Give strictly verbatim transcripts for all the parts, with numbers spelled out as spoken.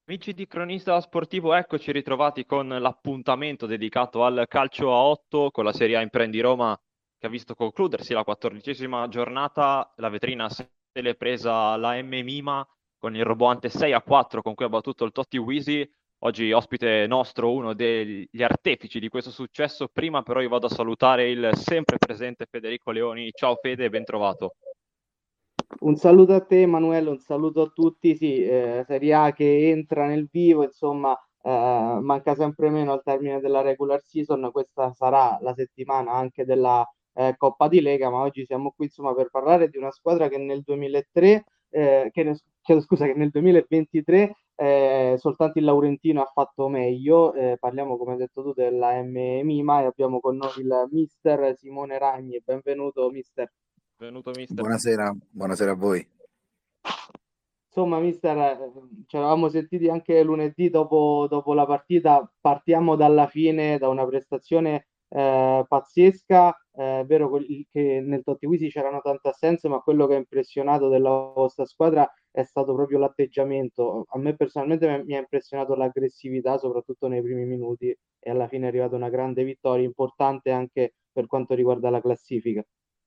Amici di Cronista Sportivo, eccoci ritrovati con l'appuntamento dedicato al calcio a otto con la Serie A Imprendi Roma che ha visto concludersi la quattordicesima giornata. La vetrina se l'è presa la M Mima con il roboante sei a quattro con cui ha battuto il Totti Wisi. Oggi ospite nostro, uno degli artefici di questo successo. Prima però io vado a salutare il sempre presente Federico Leoni. Ciao Fede, ben trovato. Un saluto a te, Emanuele, un saluto a tutti. Sì, eh, Serie A che entra nel vivo, insomma, eh, manca sempre meno al termine della regular season. Questa sarà la settimana anche della eh, Coppa di Lega, ma oggi siamo qui, insomma, per parlare di una squadra che nel duemilatré, eh, che ne- chiedo scusa, che nel duemilaventitré eh, soltanto il Laurentino ha fatto meglio. Eh, parliamo, come hai detto tu, della M Mima e abbiamo con noi il mister Simone Ragni. Benvenuto, mister. Benvenuto mister. Buonasera, buonasera a voi. Insomma, mister, eh, ci eravamo sentiti anche lunedì dopo, dopo la partita. Partiamo dalla fine, da una prestazione eh, pazzesca. Eh, È vero quel- che nel Totti c'erano tante assenze, ma quello che ha impressionato della vostra squadra è stato proprio l'atteggiamento. A me personalmente mi mi ha impressionato l'aggressività, soprattutto nei primi minuti, e alla fine è arrivata una grande vittoria, importante anche per quanto riguarda la classifica.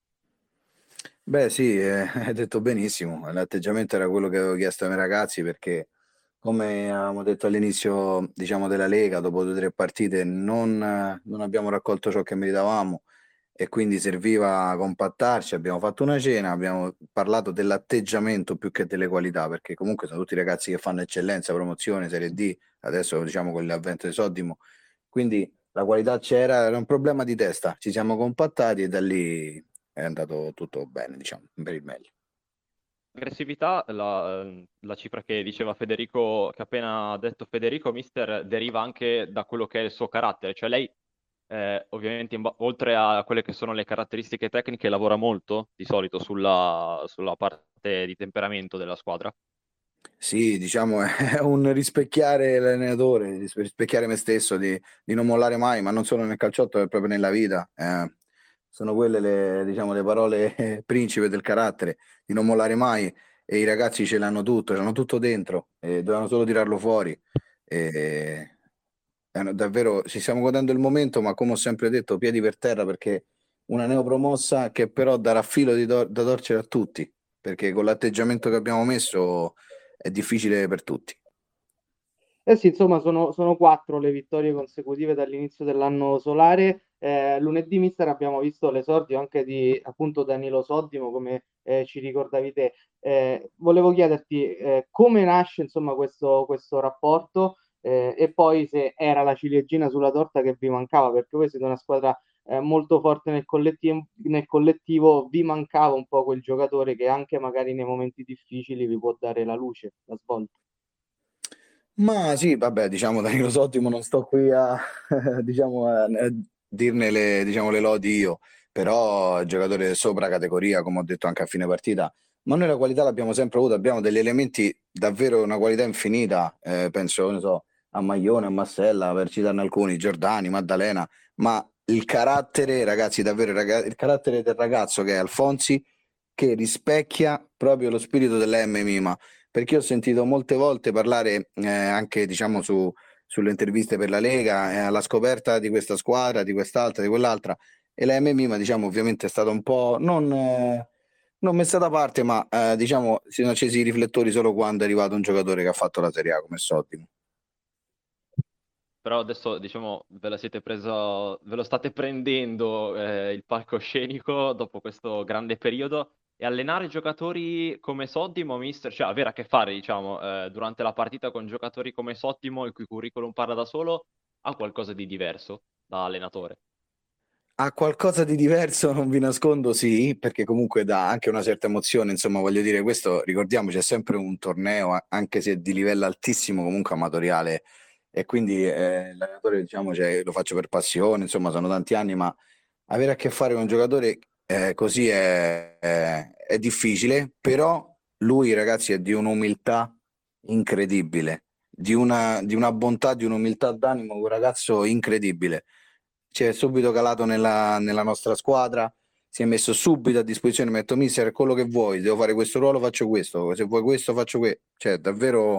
Beh, sì, eh, hai detto benissimo. L'atteggiamento era quello che avevo chiesto ai miei ragazzi perché, come avevamo detto all'inizio, diciamo, della Lega, dopo due o tre partite non, eh, non abbiamo raccolto ciò che meritavamo e quindi serviva compattarci. Abbiamo fatto una cena, abbiamo parlato dell'atteggiamento più che delle qualità, perché comunque sono tutti ragazzi che fanno eccellenza, promozione, Serie D, adesso diciamo con l'avvento di Soddimo. Quindi la qualità c'era, era un problema di testa. Ci siamo compattati e da lì è andato tutto bene, diciamo, per il meglio. Aggressività, la, la cifra che diceva Federico, che ha appena detto Federico, mister, deriva anche da quello che è il suo carattere. Cioè lei, eh, ovviamente, in ba- oltre a quelle che sono le caratteristiche tecniche, lavora molto, di solito, sulla, sulla parte di temperamento della squadra. Sì, diciamo, è un rispecchiare l'allenatore, ris- rispecchiare me stesso, di, di non mollare mai, ma non solo nel calciotto, ma proprio nella vita. Eh, sono quelle le, diciamo, le parole eh, principe del carattere, di non mollare mai. E i ragazzi ce l'hanno tutto, ce l'hanno tutto dentro, e dovevano solo tirarlo fuori. E, eh, davvero ci stiamo godendo il momento, ma come ho sempre detto, piedi per terra, perché una neopromossa che però darà filo di tor- da torcere a tutti, perché con l'atteggiamento che abbiamo messo è difficile per tutti. Eh sì, insomma, sono, sono quattro le vittorie consecutive dall'inizio dell'anno solare. Eh, lunedì, mister, abbiamo visto l'esordio anche di appunto Danilo Soddimo, come eh, ci ricordavi te. Eh, volevo chiederti eh, come nasce insomma questo, questo rapporto eh, e poi se era la ciliegina sulla torta che vi mancava, perché voi siete una squadra eh, molto forte nel collettivo, nel collettivo, vi mancava un po' quel giocatore che anche magari nei momenti difficili vi può dare la luce, la svolta. Ma sì, vabbè, diciamo Danilo Sottimo non sto qui a, diciamo, a, a dirne le, diciamo, le lodi io, però è un giocatore sopra categoria, come ho detto anche a fine partita, ma noi la qualità l'abbiamo sempre avuta, abbiamo degli elementi davvero una qualità infinita, eh, penso, ne so, a Maglione, a Massella, per citarne alcuni, Giordani, Maddalena, ma il carattere, ragazzi, davvero, raga- il carattere del ragazzo che è Alfonsi, che rispecchia proprio lo spirito dell'M Mima perché ho sentito molte volte parlare eh, anche diciamo su, sulle interviste per la Lega, eh, alla scoperta di questa squadra, di quest'altra, di quell'altra e la M M I, ma diciamo ovviamente è stata un po' non, eh, non messa da parte, ma eh, diciamo si sono accesi i riflettori solo quando è arrivato un giocatore che ha fatto la Serie A come Soddimo. Però adesso, diciamo, ve la siete presa, ve lo state prendendo eh, il palcoscenico dopo questo grande periodo e allenare giocatori come Soddimo, mister, cioè avere a che fare, diciamo, eh, durante la partita con giocatori come Soddimo, il cui curriculum parla da solo, ha qualcosa di diverso da allenatore. Ha qualcosa di diverso, non vi nascondo, sì, perché comunque dà anche una certa emozione, insomma, voglio dire, questo, ricordiamoci, è sempre un torneo, a- anche se di livello altissimo, comunque amatoriale, e quindi eh, l'allenatore, diciamo, cioè, lo faccio per passione, insomma, sono tanti anni, ma avere a che fare con un giocatore eh, così è, è- è difficile, però lui, ragazzi, è di un'umiltà incredibile, di una, di una bontà, di un'umiltà d'animo, un ragazzo incredibile si è subito calato nella, nella nostra squadra, si è messo subito a disposizione, mi ha detto mister, quello che vuoi, devo fare questo ruolo, faccio questo, se vuoi questo, faccio questo, cioè davvero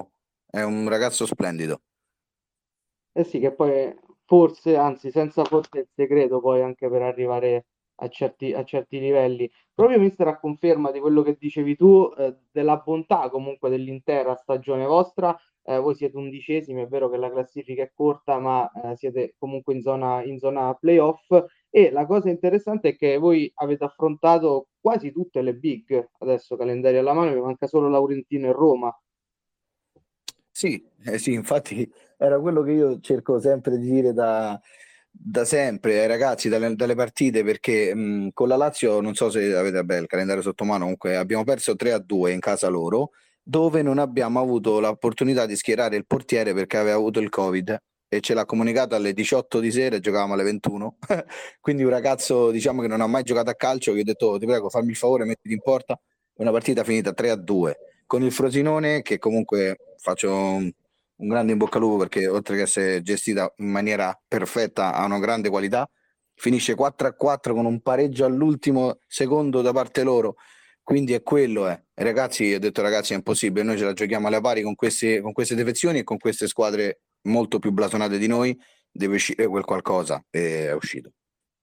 è un ragazzo splendido. Eh sì, che poi forse, anzi senza forse il segreto poi anche per arrivare a certi, a certi livelli. Proprio mister a conferma di quello che dicevi tu, eh, della bontà comunque dell'intera stagione vostra, eh, voi siete undicesimi, è vero che la classifica è corta, ma eh, siete comunque in zona, in zona playoff e la cosa interessante è che voi avete affrontato quasi tutte le big, adesso calendario alla mano, vi manca solo Laurentino e Roma. Sì, eh sì, infatti era quello che io cerco sempre di dire da, da sempre ai ragazzi dalle, dalle partite, perché mh, con la Lazio, non so se avete vabbè, il calendario sotto mano, comunque abbiamo perso tre a due in casa loro, dove non abbiamo avuto l'opportunità di schierare il portiere perché aveva avuto il Covid e ce l'ha comunicato alle diciotto di sera e giocavamo alle ventuno. Quindi un ragazzo, diciamo, che non ha mai giocato a calcio, che ho detto, "Oh, ti prego, fammi il favore, mettiti in porta." Una partita finita tre a due con il Frosinone, che comunque faccio un, un grande in bocca al lupo perché oltre che essere gestita in maniera perfetta ha una grande qualità. Finisce quattro a quattro con un pareggio all'ultimo secondo da parte loro, quindi è quello. Eh. E ragazzi, ho detto ragazzi, è impossibile, noi ce la giochiamo alle pari con queste, con queste defezioni e con queste squadre molto più blasonate di noi, deve uscire quel qualcosa e è uscito.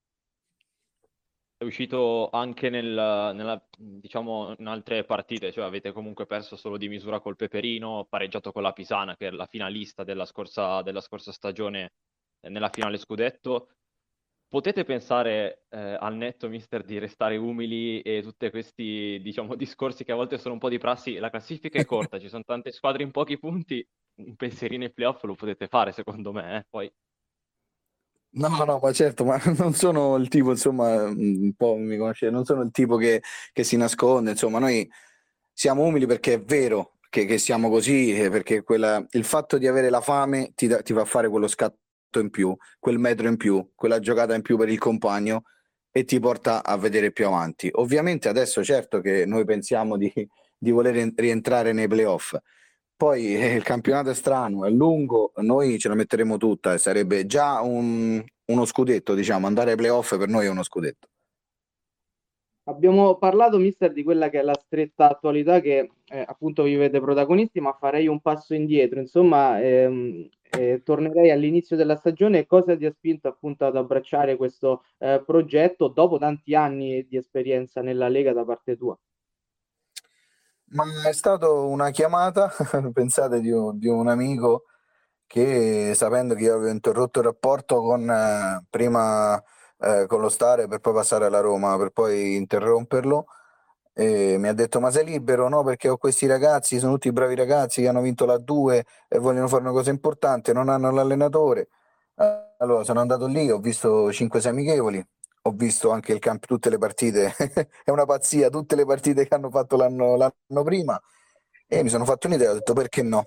È uscito anche nel, nella, diciamo, in altre partite, cioè avete comunque perso solo di misura col Peperino, pareggiato con la Pisana, che è la finalista della scorsa, della scorsa stagione eh, nella finale scudetto. Potete pensare eh, al netto, mister, di restare umili e tutti questi, diciamo, discorsi che a volte sono un po' di prassi? La classifica è corta, ci sono tante squadre in pochi punti, un pensierino ai playoff lo potete fare, secondo me, eh. Poi No, no, ma certo, ma non sono il tipo, insomma, un po' mi conoscete, non sono il tipo che, che si nasconde, insomma, noi siamo umili perché è vero che, che siamo così, eh, perché quella- il fatto di avere la fame ti, dà- ti fa fare quello scatto in più, quel metro in più, quella giocata in più per il compagno e ti porta a vedere più avanti. Ovviamente adesso certo che noi pensiamo di, di voler rientrare nei playoff. Poi eh, il campionato è strano, è lungo, noi ce la metteremo tutta e sarebbe già un- uno scudetto, diciamo, andare ai playoff per noi è uno scudetto. Abbiamo parlato, mister, di quella che è la stretta attualità che eh, appunto vi vede protagonisti, ma farei un passo indietro. Insomma, ehm, eh, tornerei all'inizio della stagione. Cosa ti ha spinto appunto ad abbracciare questo eh, progetto dopo tanti anni di esperienza nella Lega da parte tua? Ma è stata una chiamata, pensate, di un, di un amico che, sapendo che io avevo interrotto il rapporto con, eh, prima eh, con lo Stare per poi passare alla Roma, per poi interromperlo, e mi ha detto: "Ma sei libero?" "No, perché ho questi ragazzi, sono tutti bravi ragazzi che hanno vinto la due e vogliono fare una cosa importante, non hanno l'allenatore." Eh, Allora sono andato lì, ho visto cinque sei amichevoli, ho visto anche il camp, tutte le partite, è una pazzia, tutte le partite che hanno fatto l'anno l'anno prima e mi sono fatto un'idea, ho detto perché no?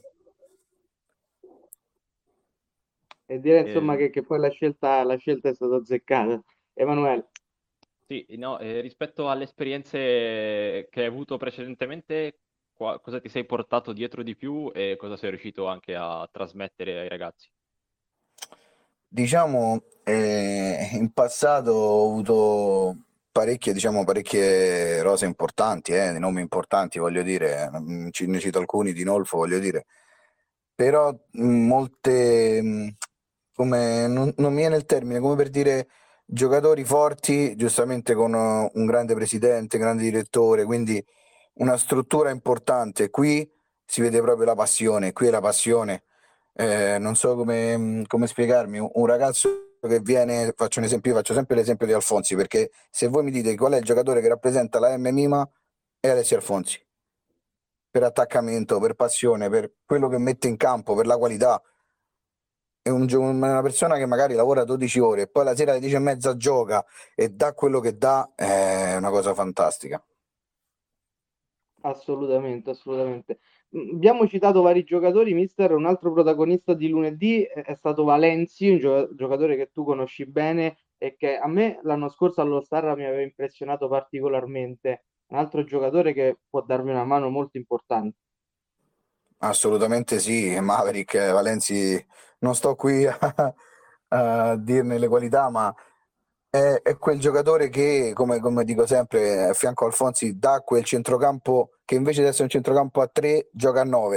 E direi insomma ehm, che, che poi la scelta, la scelta è stata azzeccata. Emanuele. sì, no, eh, rispetto alle esperienze che hai avuto precedentemente, qua- cosa ti sei portato dietro di più e cosa sei riuscito anche a trasmettere ai ragazzi? Diciamo, eh, in passato ho avuto parecchie, diciamo, parecchie rose importanti, eh, nomi importanti, voglio dire, mm, ci- ne cito alcuni, di Nolfo, voglio dire, però mh, molte, mh, come, non, non mi viene il termine, come per dire giocatori forti, giustamente con uh, un grande presidente, grande direttore, quindi una struttura importante. Qui si vede proprio la passione, qui è la passione. Eh, non so come, come spiegarmi, un, un ragazzo che viene, faccio un esempio, io faccio sempre l'esempio di Alfonsi, perché se voi mi dite qual è il giocatore che rappresenta la M Mima, è Alessio Alfonsi, per attaccamento, per passione, per quello che mette in campo, per la qualità. È un gio- una persona che magari lavora dodici ore e poi la sera alle dieci e mezza gioca e dà quello che dà, è una cosa fantastica. Assolutamente, assolutamente. Mm, Abbiamo citato vari giocatori, mister. Un altro protagonista di lunedì è è stato Valenzi, un gio- giocatore che tu conosci bene e che a me l'anno scorso allo Star mi aveva impressionato particolarmente. Un altro giocatore che può darmi una mano molto importante. Assolutamente sì, Maverick, eh, Valenzi, non sto qui a, a dirne le qualità, ma è, è quel giocatore che, come, come dico sempre, a fianco a Alfonsi, dà quel centrocampo che invece di essere un centrocampo a tre, gioca a nove,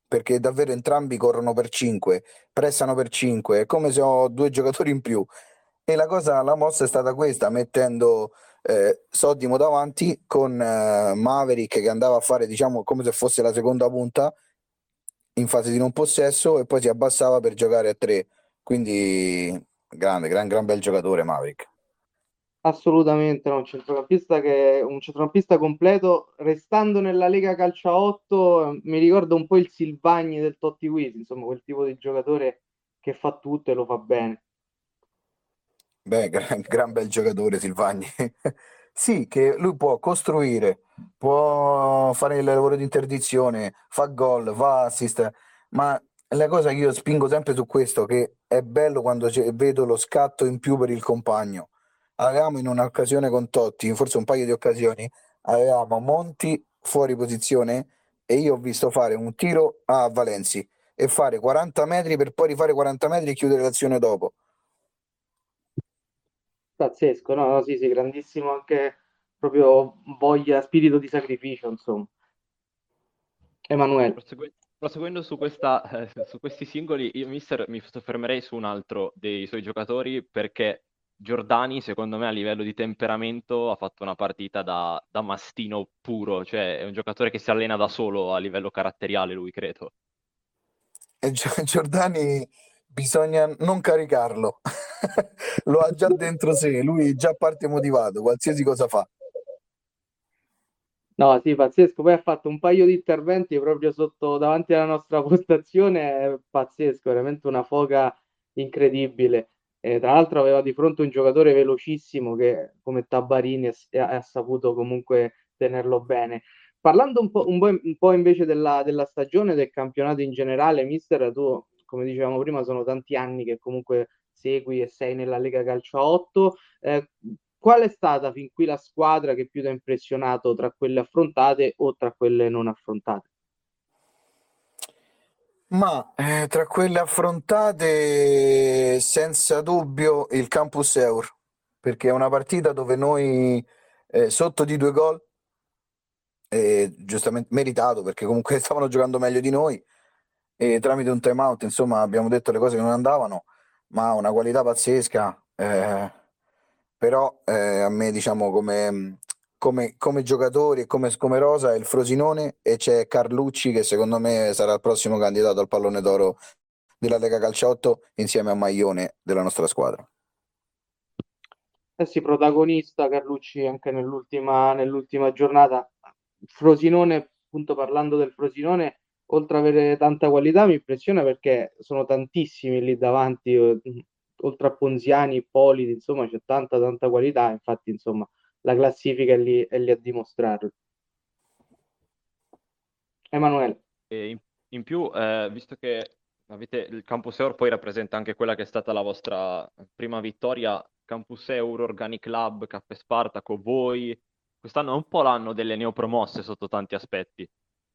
perché davvero entrambi corrono per cinque, pressano per cinque, è come se ho due giocatori in più. E la cosa, la mossa è stata questa, mettendo eh, Soddimo davanti con eh, Maverick che andava a fare, diciamo, come se fosse la seconda punta in fase di non possesso e poi si abbassava per giocare a tre. Quindi grande, gran, gran bel giocatore Maverick. Assolutamente no, un centrocampista che un centrocampista completo, restando nella Lega Calcio a otto, eh, mi ricorda un po' il Silvagni del Totti Wiz, insomma, quel tipo di giocatore che fa tutto e lo fa bene. Beh, gran, gran bel giocatore Silvagni. Sì, che lui può costruire, può fare il lavoro di interdizione, fa gol, fa assist, ma la cosa che io spingo sempre su questo, che è bello quando c'è- vedo lo scatto in più per il compagno. Avevamo in un'occasione con Totti, forse un paio di occasioni, avevamo Monti fuori posizione e io ho visto fare un tiro a Valenzi e fare quaranta metri per poi rifare quaranta metri e chiudere l'azione dopo. Pazzesco, no, no, sì, sì, grandissimo anche proprio voglia, spirito di sacrificio, insomma. Emanuele. Prosegue- Proseguendo su questa, eh, su questi singoli, io mister mi soffermerei su un altro dei suoi giocatori perché Giordani, secondo me, a livello di temperamento ha fatto una partita da, da mastino puro, cioè è un giocatore che si allena da solo a livello caratteriale, lui credo. E Gio- Giordani bisogna non caricarlo, lo ha già dentro sé, lui già parte motivato, qualsiasi cosa fa. No, sì, pazzesco. Poi ha fatto un paio di interventi proprio sotto, davanti alla nostra postazione, è pazzesco, veramente una foga incredibile. E tra l'altro aveva di fronte un giocatore velocissimo che, come Tabarini, ha, ha saputo comunque tenerlo bene. Parlando un po', un po', un po' invece della, della stagione, del campionato in generale, mister, tu, come dicevamo prima, sono tanti anni che comunque segui e sei nella Lega Calcio a otto. Eh, Qual è stata fin qui la squadra che più ti ha impressionato tra quelle affrontate o tra quelle non affrontate? Ma eh, tra quelle affrontate, senza dubbio, il Campus Eur, perché è una partita dove noi eh, sotto di due gol, eh, giustamente meritato, perché comunque stavano giocando meglio di noi, e tramite un time out, insomma, abbiamo detto le cose che non andavano, ma ha una qualità pazzesca. eh, Però eh, a me, diciamo, come, come- come giocatori e come, come rosa è il Frosinone e c'è Carlucci che secondo me sarà il prossimo candidato al pallone d'oro della Lega Calciotto insieme a Maglione della nostra squadra. Eh sì, protagonista Carlucci anche nell'ultima nell'ultima giornata. Frosinone, appunto parlando del Frosinone, oltre ad avere tanta qualità, mi impressiona perché sono tantissimi lì davanti, eh, oltre a Ponziani, Ippoliti, insomma c'è tanta tanta qualità, infatti insomma la classifica è lì, è lì a dimostrarlo. Emanuele. E in, in più, eh, visto che avete il Campus Eur poi rappresenta anche quella che è stata la vostra prima vittoria, Campus Eur, Organic Lab, Cappe Spartaco, voi, quest'anno è un po' l'anno delle neopromosse sotto tanti aspetti.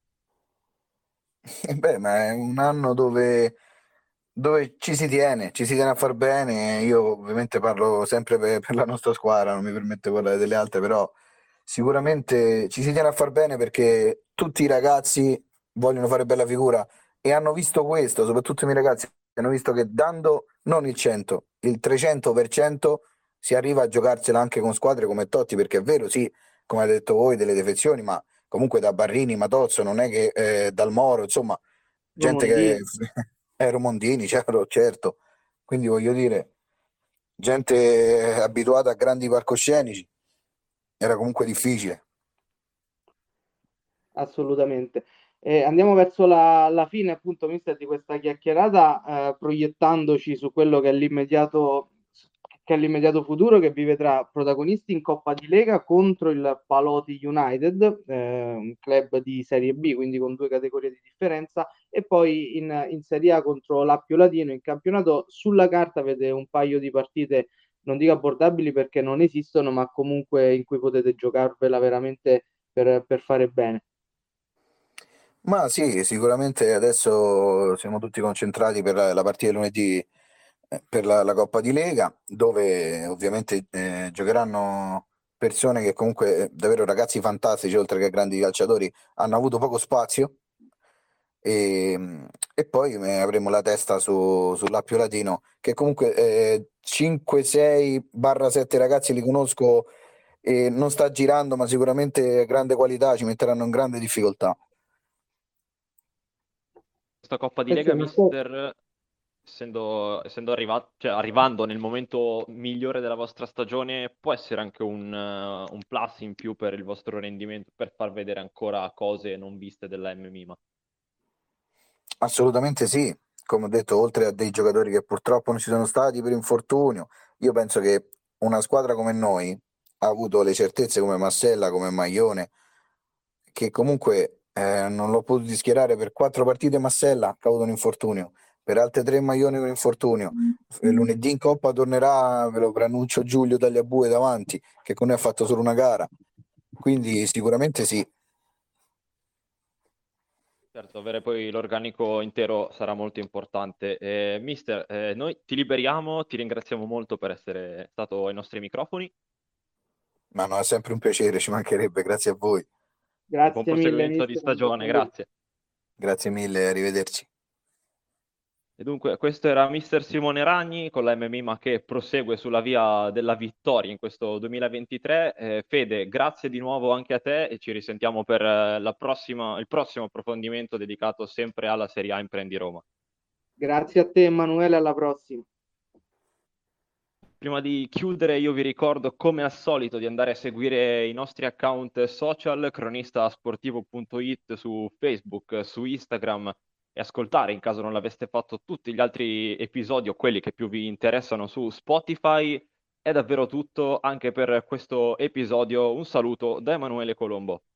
E beh, ma è un anno dove, dove ci si tiene, ci si tiene a far bene. Io ovviamente parlo sempre per, per la nostra squadra, non mi permetto di parlare delle altre, però sicuramente ci si tiene a far bene perché tutti i ragazzi vogliono fare bella figura e hanno visto questo, soprattutto i miei ragazzi, hanno visto che dando non il cento, il trecento per cento si arriva a giocarsela anche con squadre come Totti, perché è vero, sì, come avete detto voi, delle defezioni, ma comunque da Barrini, Matozzo, non è che eh, dal Moro, insomma, gente che Romondini. è Romondini, certo, certo. Quindi voglio dire, gente abituata a grandi palcoscenici, era comunque difficile. Assolutamente. Eh, andiamo verso la, la fine, appunto, mister, di questa chiacchierata, eh, proiettandoci su quello che è l'immediato, che è l'immediato futuro, che vi vedrà protagonisti in Coppa di Lega contro il Paloti United, eh, un club di Serie B, quindi con due categorie di differenza, e poi in, in Serie A contro l'Appio Latino in campionato. Sulla carta avete un paio di partite, non dico abbordabili perché non esistono, ma comunque in cui potete giocarvela veramente per per fare bene. Ma sì, sicuramente adesso siamo tutti concentrati per la, la partita di lunedì eh, per la, la Coppa di Lega, dove ovviamente eh, giocheranno persone che comunque, eh, davvero ragazzi fantastici, oltre che grandi calciatori, hanno avuto poco spazio E, e poi eh, avremo la testa su, sull'Appio Latino, che comunque eh, cinque sei sette ragazzi li conosco e non sta girando, ma sicuramente grande qualità, ci metteranno in grande difficoltà. Questa Coppa di Eh sì, Lega, è una cosa- mister, essendo, essendo arrivato, cioè, arrivando nel momento migliore della vostra stagione, può essere anche un, eh, un plus in più per il vostro rendimento, per far vedere ancora cose non viste della M M I. Assolutamente sì, come ho detto, oltre a dei giocatori che purtroppo non ci sono stati per infortunio, io penso che una squadra come noi ha avuto le certezze come Massella, come Maglione, che comunque eh, non l'ho potuto schierare per quattro partite Massella, che ha avuto un infortunio, per altre tre Maglione con infortunio. Eh, Lunedì in Coppa tornerà, ve lo preannuncio, Giulio Tagliabue davanti, che con noi ha fatto solo una gara. Quindi sicuramente sì. Certo, avere poi l'organico intero sarà molto importante. Eh, mister, eh, noi ti liberiamo, ti ringraziamo molto per essere stato ai nostri microfoni Ma no, è sempre un piacere, ci mancherebbe, grazie a voi. e buon Grazie mille, proseguimento di mister. stagione, grazie. Grazie mille, arrivederci. E dunque, questo era mister Simone Ragni con la M M I, ma che prosegue sulla via della vittoria in questo duemilaventitré. Eh, Fede, grazie di nuovo anche a te e ci risentiamo per eh, la prossima- il prossimo approfondimento dedicato sempre alla Serie A Imprendi Roma. Grazie a te, Emanuele, alla prossima. Prima di chiudere, io vi ricordo come al solito di andare a seguire i nostri account social, cronistasportivo punto it su Facebook, su Instagram e ascoltare, in caso non l'aveste fatto, tutti gli altri episodi o quelli che più vi interessano su Spotify. È davvero tutto anche per questo episodio. Un saluto da Emanuele Colombo.